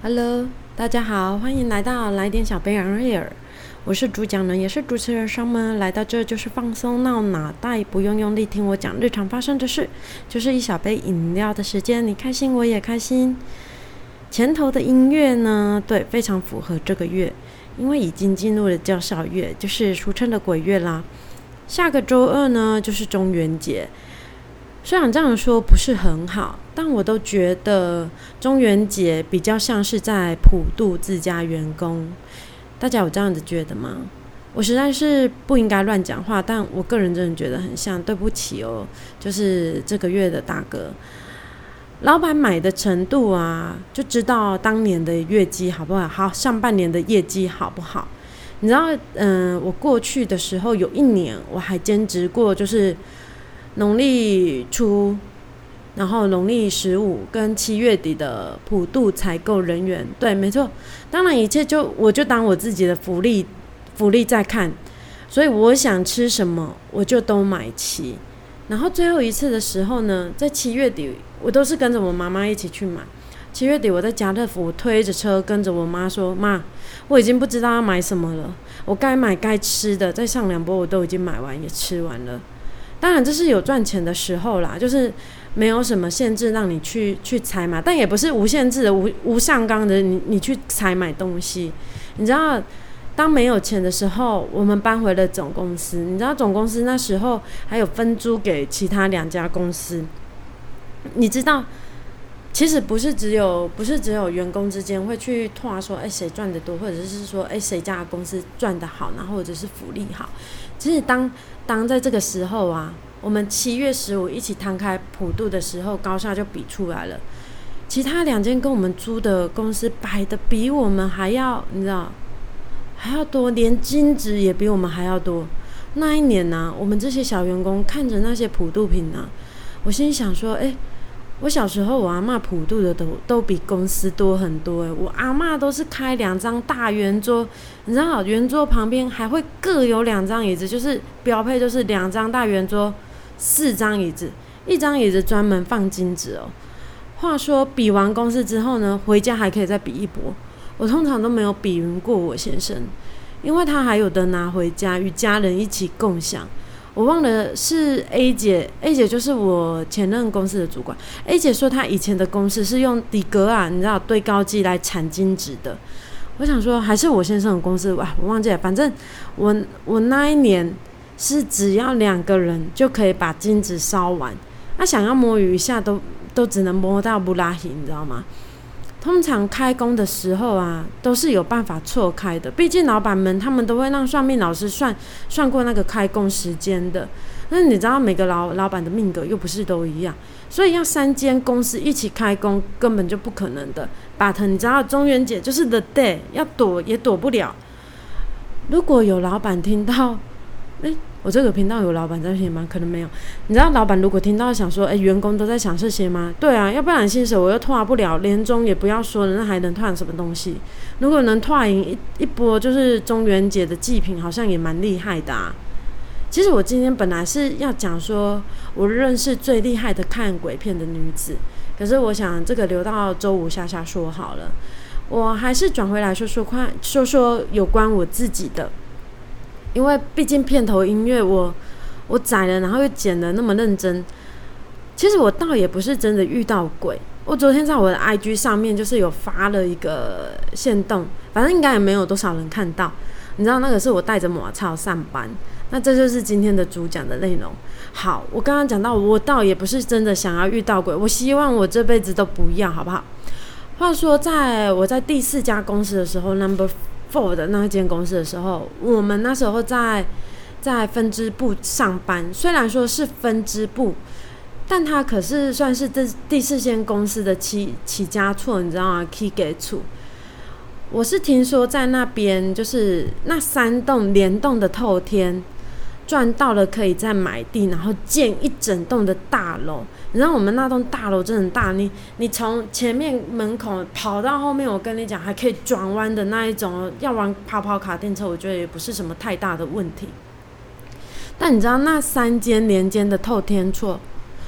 Hello，大家好，欢迎来到来点小杯瑞尔，我是主讲人，也是主持人Summer。来到这就是放松闹脑袋，不用用力听我讲日常发生的事，就是一小杯饮料的时间，你开心我也开心。前头的音乐呢，对，非常符合这个月，因为已经进入了叫孝月，就是俗称的鬼月啦。下个周二呢，就是中元节。虽然这样说不是很好，但我都觉得中元节比较像是在普渡自家员工。大家有这样子觉得吗？我实在是不应该乱讲话，但我个人真的觉得很像，对不起哦，就是这个月的大哥。老板买的程度啊，就知道当年的业绩好不好，好，上半年的业绩好不好。你知道，我过去的时候有一年我还兼职过，就是农历初，然后农历15跟7月底的普渡采购人员，对，没错。当然一切我就当我自己的福利在看，所以我想吃什么我就都买齐。然后最后一次的时候呢，在7月底，我都是跟着我妈妈一起去买。7月底我在家乐福，我推着车跟着我妈说：“妈，我已经不知道要买什么了，我该买该吃的，再上2波我都已经买完也吃完了。”当然这是有赚钱的时候啦，就是没有什么限制让你去采买，但也不是无限制的无上纲的你去采买东西。你知道当没有钱的时候，我们搬回了总公司，你知道总公司那时候还有分租给其他2家公司。你知道其实不是只有员工之间会去拓说谁赚得多，或者是说谁家的公司赚得好，然后或者是福利好。其实当在这个时候啊，我们7月15一起摊开普渡的时候，高下就比出来了。其他2间跟我们租的公司摆的比我们还要，你知道还要多，连金值也比我们还要多。那一年啊，我们这些小员工看着那些普渡品啊，我心里想说，我小时候我阿嬷普渡的都比公司多很多。我阿嬷都是开2张大圆桌，你知道圆桌旁边还会各有2张椅子，就是标配就是2张大圆桌，4张椅子，1张椅子专门放金纸哦。话说比完公司之后呢，回家还可以再比一波。我通常都没有比赢过我先生，因为他还有的拿回家与家人一起共享。我忘了是 A 姐就是我前任公司的主管。A 姐说她以前的公司是用底格啊，你知道堆高机来产金纸的。我想说还是我先生的公司，我忘记了。反正我那一年是只要2个人就可以把金纸烧完，想要摸鱼一下都只能摸到不拉稀，你知道吗？通常开工的时候啊，都是有办法错开的，毕竟老板们他们都会让算命老师算过那个开工时间的。那你知道每个老板的命格又不是都一样，所以要3间公司一起开工根本就不可能的。But 你知道中元节就是 the day， 要躲也躲不了。如果有老板听到，我这个频道有老板在听吗？可能没有。你知道老板如果听到想说，员工都在想这些吗？对啊，要不然薪水我又拓不了，年终也不要说了，那还能拓什么东西？如果能拓赢一波，就是中元节的祭品，好像也蛮厉害的啊。其实我今天本来是要讲说我认识最厉害的看鬼片的女子，可是我想这个留到周五下说好了。我还是转回来说有关我自己的。因为毕竟片头音乐我载了，然后又剪了那么认真。其实我倒也不是真的遇到鬼。我昨天在我的 IG 上面就是有发了一个限动，反正应该也没有多少人看到。你知道那个是我带着马槽上班。那这就是今天的主讲的内容。好，我刚刚讲到我倒也不是真的想要遇到鬼，我希望我这辈子都不要，好不好？话说我在第4家公司的时候 Number 4的那间公司的时候，我们那时候在分支部上班，虽然说是分支部，但它可是算是这第4间公司的起家处，你知道吗？起家处。我是听说在那边就是那3栋联动的透天赚到了，可以再买地，然后建一整栋的大楼。你知道我们那栋大楼真的很大，你从前面门口跑到后面，我跟你讲还可以转弯的那一种，要玩跑卡丁车，我觉得也不是什么太大的问题。但你知道那3间连间的透天厝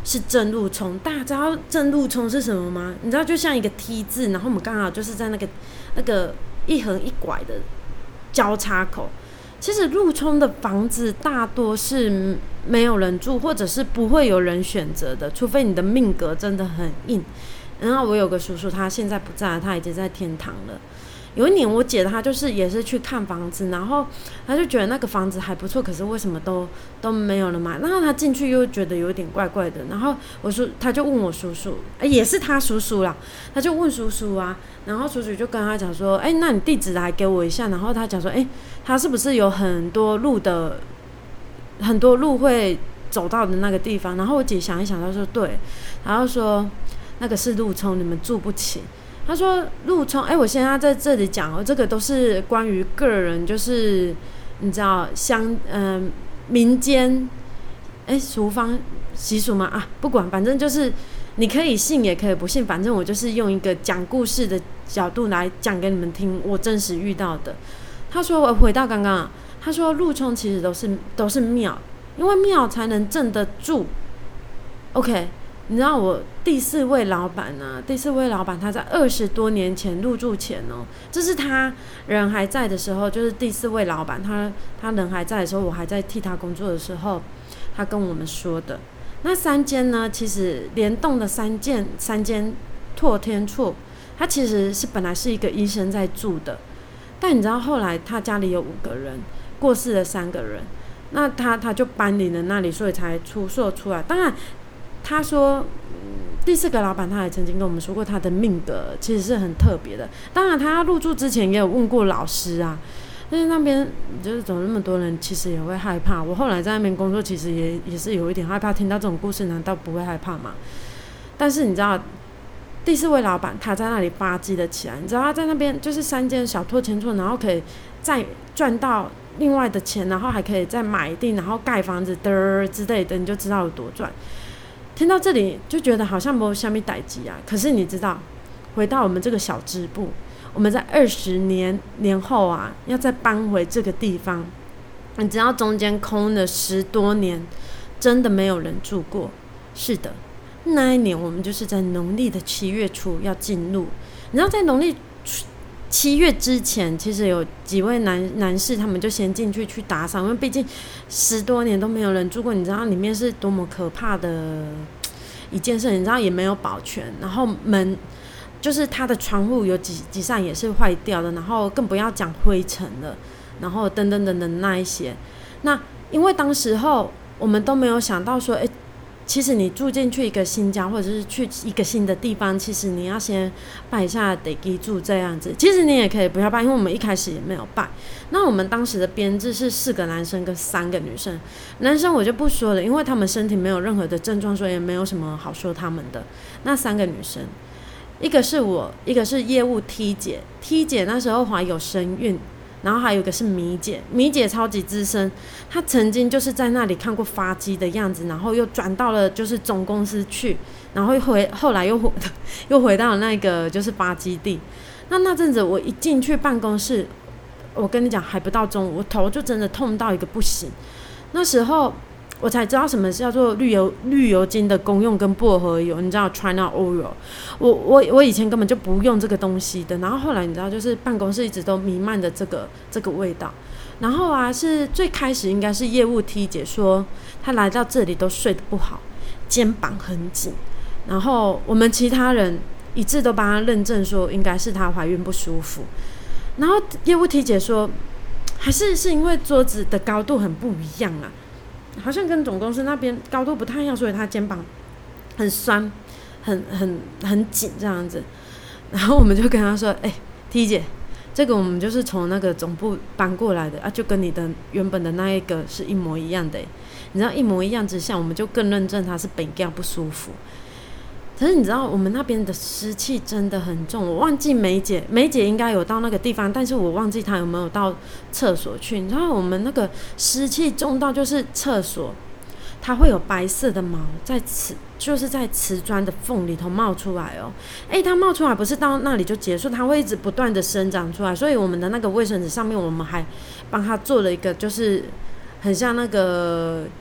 是正路冲。大家知道正路冲是什么吗？你知道就像一个 T 字，然后我们刚好就是在那个一横一拐的交叉口。其实路冲的房子大多是没有人住，或者是不会有人选择的，除非你的命格真的很硬。然后我有个叔叔，他现在不在了，他已经在天堂了。有一年我姐她就是也是去看房子，然后她就觉得那个房子还不错，可是为什么都没有人买？然后她进去又觉得有点怪怪的，然后她就问我叔叔，也是他叔叔啦，他就问叔叔啊，然后叔叔就跟他讲说，那你地址来给我一下，然后他讲说，他是不是有很多路会走到的那个地方？然后我姐想一想，她说对，然后说那个是路冲，你们住不起。他说路冲，我现在在这里讲这个都是关于个人，就是你知道民间俗方习俗嘛不管，反正就是你可以信也可以不信，反正我就是用一个讲故事的角度来讲给你们听，我真实遇到的。他说我回到刚刚他说路冲其实都是庙，因为庙才能镇得住。OK。你知道我第四位老板他在20多年前入住前这是他人还在的时候，就是第四位老板他人还在的时候，我还在替他工作的时候，他跟我们说的。那3间呢，其实联动的三间拓天厝，他其实是本来是一个医生在住的，但你知道后来他家里有5个人，过世了3个人，那他就搬离了那里，所以才出售出来。当然他说第4个老板他也曾经跟我们说过，他的命格其实是很特别的。当然他入住之前也有问过老师啊，但是那边就是走那么多人，其实也会害怕。我后来在那边工作，其实也是有一点害怕，听到这种故事难道不会害怕吗？但是你知道第4位老板他在那里发迹了起来，你知道他在那边就是3间小拓天厝，然后可以再赚到另外的钱，然后还可以再买地，然后盖房子之类的，你就知道有多赚。听到这里就觉得好像没有什么代志啊，可是你知道回到我们这个小支部，我们在20年后啊要再搬回这个地方，你知道中间空了10多年，真的没有人住过。是的，那一年我们就是在农历的7月初要进入。你知道在农历7月之前，其实有几位男士他们就先进去打扫，因为毕竟10多年都没有人住过，你知道里面是多么可怕的一件事，你知道也没有保全，然后门就是它的窗户有几扇也是坏掉的，然后更不要讲灰尘了，然后等等等等那一些。那因为当时候我们都没有想到说其实你住进去一个新家，或者是去一个新的地方，其实你要先拜一下地基主这样子。其实你也可以不要拜，因为我们一开始也没有拜。那我们当时的编制是4个男生跟3个女生。男生我就不说了，因为他们身体没有任何的症状，所以也没有什么好说他们的。那3个女生，一个是我，一个是业务 T 姐那时候怀有身孕，然后还有一个是米姐超级资深，她曾经就是在那里看过发迹的样子，然后又转到了就是总公司去，然后后来又回到了那个就是发基地。那阵子我一进去办公室，我跟你讲还不到中午，我头就真的痛到一个不行。那时候我才知道什么叫做绿油精的功用跟薄荷油，你知道 China Oil， 我以前根本就不用这个东西的。然后后来你知道，就是办公室一直都弥漫着这个味道。然后啊，是最开始应该是业务 T 姐说，她来到这里都睡得不好，肩膀很紧。然后我们其他人一致都帮她认证说，应该是她怀孕不舒服。然后业务 T 姐说，还是因为桌子的高度很不一样啊。好像跟总公司那边高度不太一样，所以他肩膀很酸，很紧这样子。然后我们就跟他说，T 姐，这个我们就是从那个总部搬过来的啊，就跟你的原本的那一个是一模一样的。你知道一模一样之下，我们就更认证他是本家不舒服。可是你知道我们那边的湿气真的很重，我忘记梅姐应该有到那个地方，但是我忘记她有没有到厕所去。你知道我们那个湿气重到就是厕所它会有白色的毛就是在瓷砖的缝里头冒出来哦。它冒出来不是到那里就结束，它会一直不断的生长出来，所以我们的那个卫生纸上面我们还帮它做了一个就是很像那个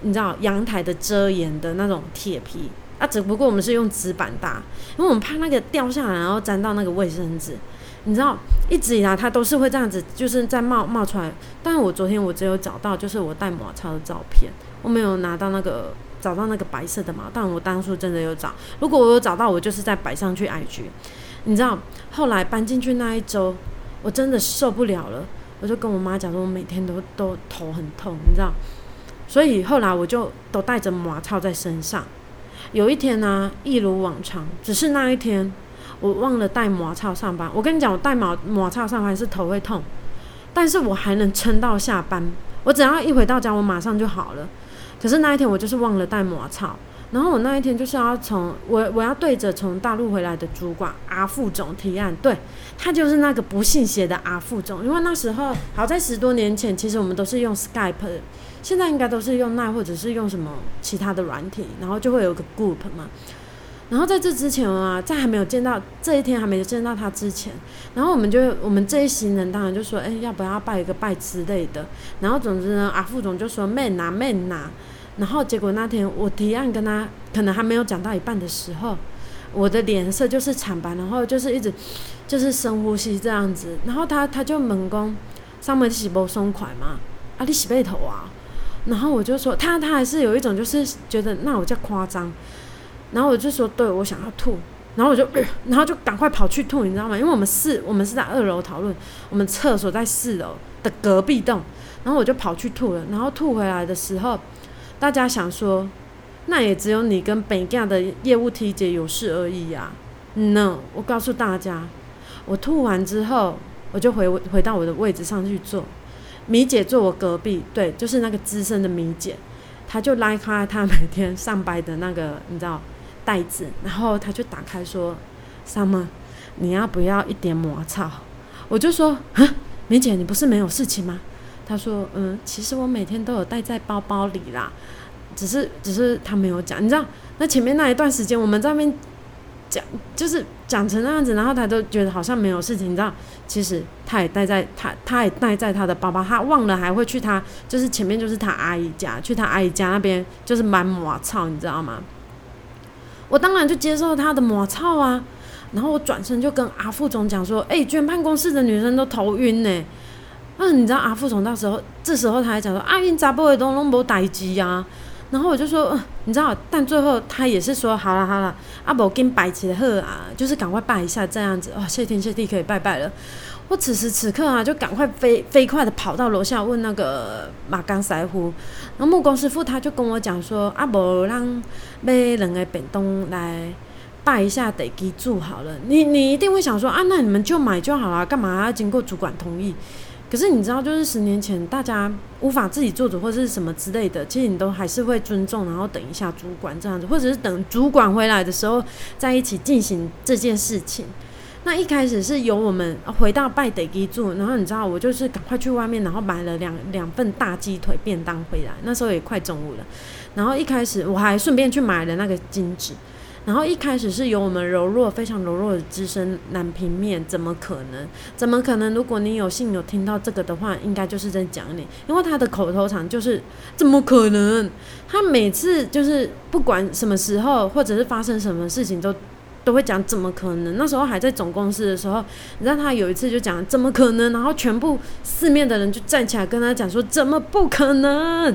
你知道阳台的遮檐的那种铁皮啊，只不过我们是用纸板搭，因为我们怕那个掉下来，然后沾到那个卫生纸。你知道一直以来它都是会这样子，就是在冒出来。但是我昨天我只有找到就是我戴马超的照片，我没有拿到找到那个白色的嘛，但我当初真的有找。如果我有找到，我就是再摆上去 IG。你知道后来搬进去那一周，我真的受不了了，我就跟我妈讲说，我每天都头很痛，你知道。所以后来我就都带着马超在身上。有一天呢，一如往常，只是那一天我忘了带马超上班。我跟你讲，我带马超上班是头会痛，但是我还能撑到下班。我只要一回到家，我马上就好了。可是那一天我就是忘了带马超，然后我那一天就是要我要对着从大陆回来的主管阿副总提案，对，他就是那个不信邪的阿副总。因为那时候好在10多年前，其实我们都是用 Skype， 现在应该都是用 Line 或者是用什么其他的软体，然后就会有个 group 嘛。然后在这之前啊，在还没有见到这一天还没有见到他之前，然后我们这一行人当然就说，要不要拜一个拜之类的。然后总之呢，阿副总就说免拿。然后结果那天我提案跟他可能还没有讲到一半的时候，我的脸色就是惨白，然后就是一直就是深呼吸这样子。然后他就问说，上面你是不爽快吗？啊，你是被头啊？然后我就说他还是有一种就是觉得那我叫夸张。然后我就说对，我想要吐。然后然后就赶快跑去吐，你知道吗？因为我们是在2楼讨论，我们厕所在4楼的隔壁栋。然后我就跑去吐了。然后吐回来的时候，大家想说，那也只有你跟北港的业务梯姐有事而已啊。No， 我告诉大家，我吐完之后，我就回到我的位置上去坐。米姐坐我隔壁，对，就是那个资深的米姐，她就拉开她每天上班的那个你知道袋子，然后她就打开说 ：“Summer， 你要不要一点抹草？”我就说：“米姐，你不是没有事情吗？”她说：“其实我每天都有带在包包里啦，只是她没有讲。你知道，那前面那一段时间我们在那边讲，就是讲成那样子，然后她都觉得好像没有事情。你知道，其实她也带在她的包包，她忘了还会去她就是前面就是她阿姨家，去她阿姨家那边就是买抹草，你知道吗？我当然就接受她的抹草啊。然后我转身就跟阿副总讲说：“居然办公室的女生都头晕呢。”你知道阿副总这时候他还讲说：“因查甫的都没代志啊。”然后我就说：“你知道，但最后他也是说好了，不跟摆起来好啊，就是赶快拜一下这样子。谢天谢地可以拜拜了。”我此时此刻啊，就赶快飞快的跑到楼下问那个马冈师傅，然后木工师傅他就跟我讲说：“不让买2个便当来拜一下地基主好了。”你一定会想说那你们就买就好了，干嘛要经过主管同意？可是你知道，就是10年前大家无法自己做主或是什么之类的，其实你都还是会尊重，然后等一下主管这样子，或者是等主管回来的时候在一起进行这件事情。那一开始是由我们回到拜地基主，然后你知道我就是赶快去外面，然后买了两份大鸡腿便当回来，那时候也快中午了。然后一开始我还顺便去买了那个金纸。然后一开始是由我们非常柔弱的资深男平面，怎么可能？如果你有幸有听到这个的话，应该就是在讲你，因为他的口头禅就是怎么可能？他每次就是不管什么时候或者是发生什么事情都会讲怎么可能。那时候还在总公司的时候，你知道他有一次就讲怎么可能，然后全部四面的人就站起来跟他讲说怎么不可能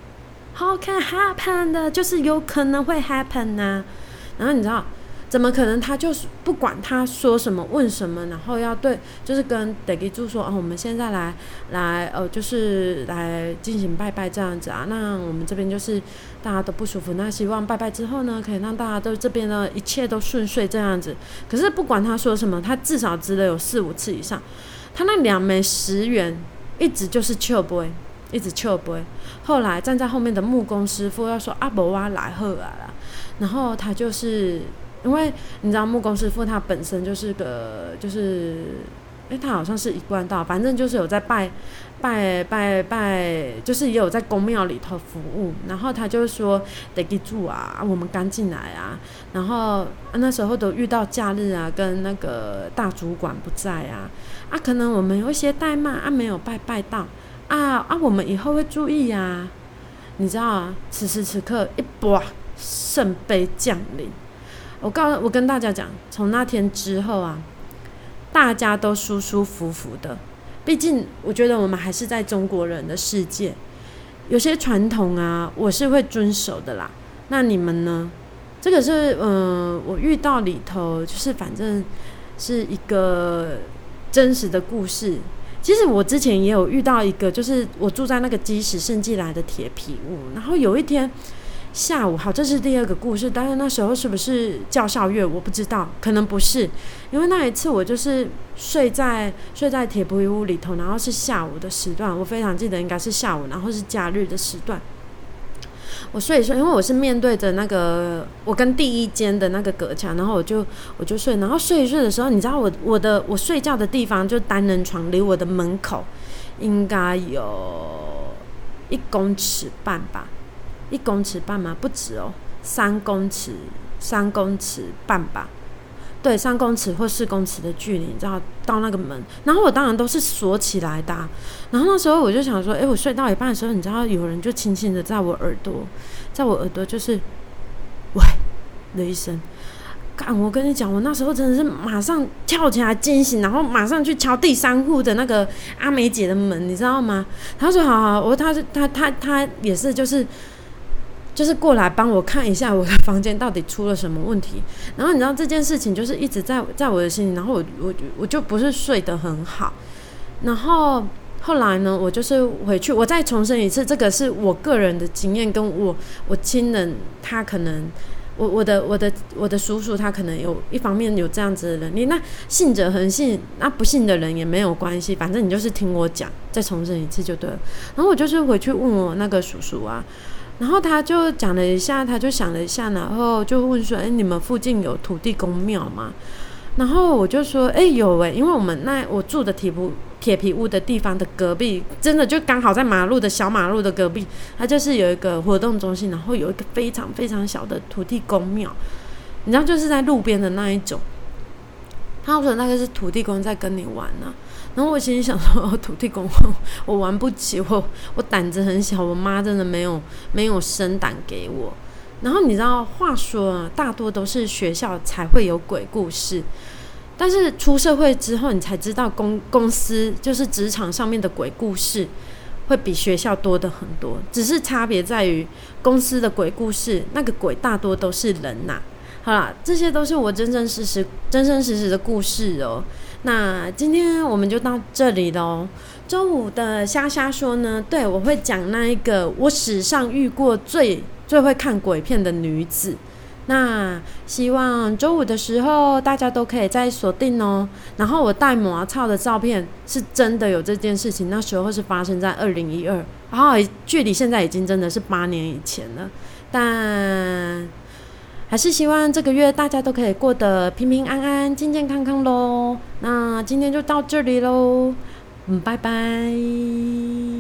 ？How can happen 的，就是有可能会 happen 啊。然后你知道怎么可能？他就是不管他说什么问什么，然后要对，就是跟地基主说我们现在来就是来进行拜拜这样子啊。那我们这边就是大家都不舒服，那希望拜拜之后呢，可以让大家都这边的一切都顺遂这样子。可是不管他说什么，他至少值得有4-5次以上。他那2枚10元一直就是笑杯，一直笑杯。后来站在后面的木工师傅要说没我来好啊啦。然后他就是因为你知道木工师傅他本身就是他好像是一贯道，反正就是有在拜，就是也有在公庙里头服务。然后他就说地基主啊，我们刚进来啊，然后那时候都遇到假日啊，跟那个大主管不在啊，可能我们有一些怠慢没有拜到我们以后会注意啊。 你知道啊，此时此刻一把圣杯降临。我跟大家讲，从那天之后啊，大家都舒舒服服的。毕竟我觉得我们还是在中国人的世界，有些传统啊，我是会遵守的啦。那你们呢？这个是我遇到里头，就是反正是一个真实的故事。其实我之前也有遇到一个，就是我住在那个基石圣寄来的铁皮屋，然后有一天下午，好，这是第二个故事，但是那时候是不是教校月我不知道，可能不是，因为那一次我就是睡在铁皮屋里头，然后是下午的时段，我非常记得应该是下午，然后是假日的时段。我睡一睡，因为我是面对着那个我跟第一间的那个隔墙，然后我就睡，然后睡一睡的时候，你知道我睡觉的地方就单人床，离我的门口应该有1公尺半吧，1公尺半吗？不止哦，3公尺半吧。对，3公尺或4公尺的距离，你知道到那个门，然后我当然都是锁起来的然后那时候我就想说，我睡到一半的时候，你知道有人就轻轻的在我耳朵就是喂的一声，我跟你讲，我那时候真的是马上跳起来惊醒，然后马上去敲第3户的那个阿梅姐的门，你知道吗？他说好，他也是就是过来帮我看一下我的房间到底出了什么问题，然后你知道这件事情就是一直在我的心里，然后我就不是睡得很好，然后后来呢，我就是回去，我再重申一次，这个是我个人的经验，跟我亲人他可能我的叔叔他可能有一方面有这样子的能力，那信者恒信，那不信的人也没有关系，反正你就是听我讲，再重申一次就对了。然后我就是回去问我那个叔叔啊。然后他就讲了一下，他就想了一下，然后就问说：“你们附近有土地公庙吗？”然后我就说：“有因为我住的铁皮屋的地方的隔壁，真的就刚好在小马路的隔壁，它就是有一个活动中心，然后有一个非常非常小的土地公庙，你知道就是在路边的那一种。”他说：“那个是土地公在跟你玩啊。”然后我心里想说，土地公我玩不起，我胆子很小，我妈真的没有生胆给我。然后你知道，话说啊，大多都是学校才会有鬼故事，但是出社会之后，你才知道公司就是职场上面的鬼故事会比学校多的很多，只是差别在于公司的鬼故事，那个鬼大多都是人好啦，这些都是我真真实实的故事哦。那今天我们就到这里咯。周五的瞎说呢，对，我会讲那一个我史上遇过最会看鬼片的女子。那希望周五的时候大家都可以再锁定哦。然后我带麻草的照片是真的有这件事情，那时候是发生在2012，然后距离现在已经真的是8年以前了，但还是希望这个月大家都可以过得平平安安、健健康康咯。那今天就到这里咯，拜拜。